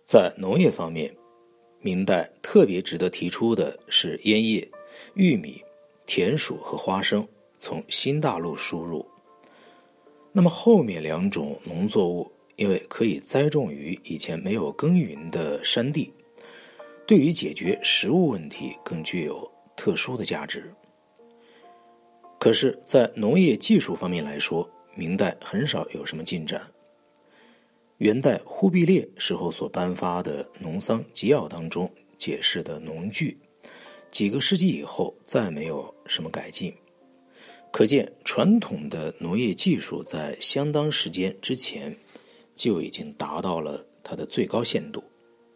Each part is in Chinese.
在农业方面，明代特别值得提出的是烟叶、玉米、田鼠和花生从新大陆输入。那么后面两种农作物因为可以栽种于以前没有耕耘的山地，对于解决食物问题更具有特殊的价值。可是在农业技术方面来说，明代很少有什么进展。元代忽必烈时候所颁发的农桑纪要当中解释的农具，几个世纪以后再没有什么改进，可见传统的农业技术在相当时间之前就已经达到了它的最高限度。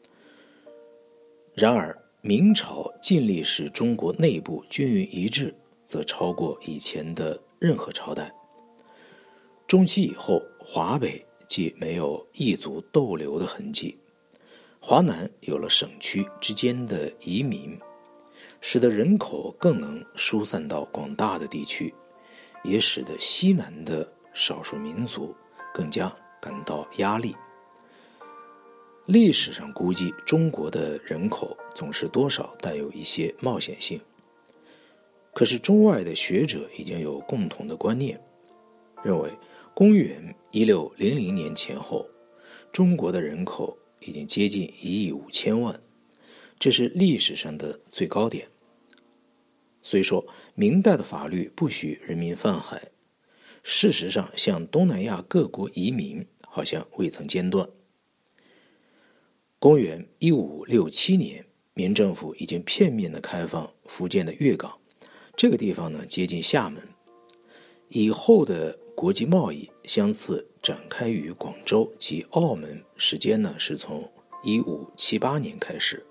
然而明朝尽力使中国内部均匀一致，则超过以前的任何朝代。中期以后，华北既没有异族逗留的痕迹，华南有了省区之间的移民，使得人口更能疏散到广大的地区，也使得西南的少数民族更加感到压力。历史上估计中国的人口总是多少带有一些冒险性，可是中外的学者已经有共同的观念，认为公元1600年前后，中国的人口已经接近1亿5千万，这是历史上的最高点。虽说明代的法律不许人民犯海，事实上向东南亚各国移民好像未曾间断。公元1567年，明政府已经片面地开放福建的粤港，这个地方呢接近厦门。以后的国际贸易相次展开于广州及澳门，时间呢是从1578年开始。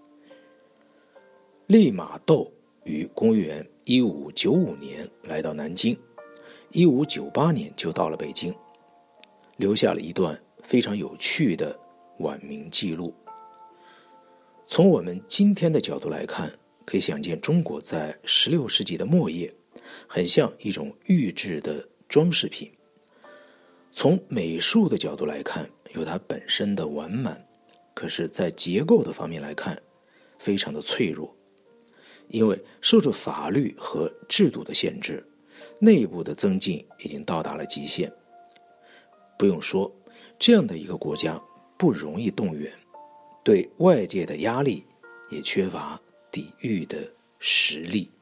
利玛窦于公元1595年来到南京，1598年就到了北京，留下了一段非常有趣的晚明记录。从我们今天的角度来看，可以想见中国在16世纪的末叶很像一种预制的装饰品。从美术的角度来看，有它本身的完满，可是在结构的方面来看，非常的脆弱。因为受着法律和制度的限制，内部的增进已经到达了极限。不用说，这样的一个国家不容易动员，对外界的压力也缺乏抵御的实力。